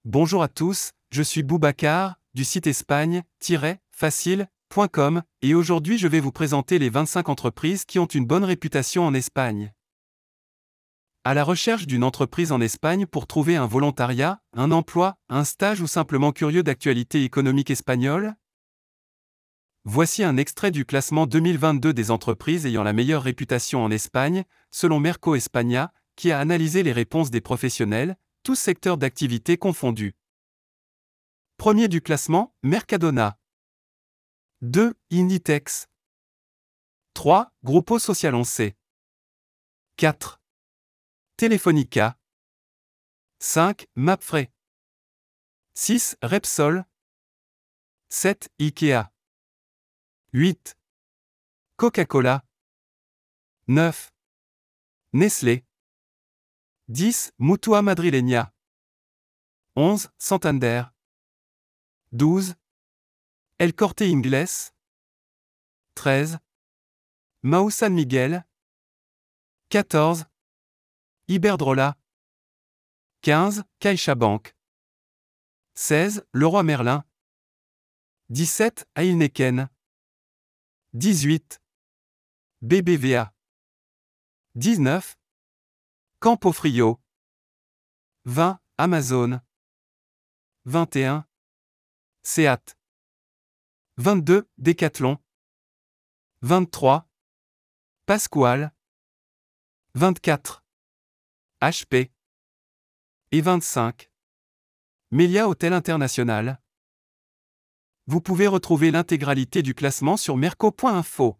Bonjour à tous, je suis Boubacar, du site espagne-facile.com, et aujourd'hui je vais vous présenter les 25 entreprises qui ont une bonne réputation en Espagne. À la recherche d'une entreprise en Espagne pour trouver un volontariat, un emploi, un stage ou simplement curieux d'actualité économique espagnole? Voici un extrait du classement 2022 des entreprises ayant la meilleure réputation en Espagne, selon Merco España, qui a analysé les réponses des professionnels, tous secteurs d'activité confondus. Premier du classement, Mercadona. 2. Inditex. 3. Grupo Social 11. 4. Telefónica. 5. Mapfre. 6. Repsol. 7. Ikea. 8. Coca-Cola. 9. Nestlé. 10. Mutua Madrileña. 11. Santander. 12. El Corte Inglés. 13. Mau San Miguel. 14. Iberdrola. 15. CaixaBank. 16. Leroy Merlin. 17. Heineken. 18. BBVA. 19. Campofrio. 20. Amazon. 21. Seat. 22. Decathlon. 23. Pascual. 24. HP. Et 25. Melia Hôtel International. Vous pouvez retrouver l'intégralité du classement sur merco.info.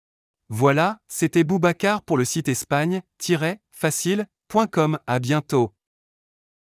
Voilà, c'était Boubacar pour le site espagne-facile.com. À bientôt.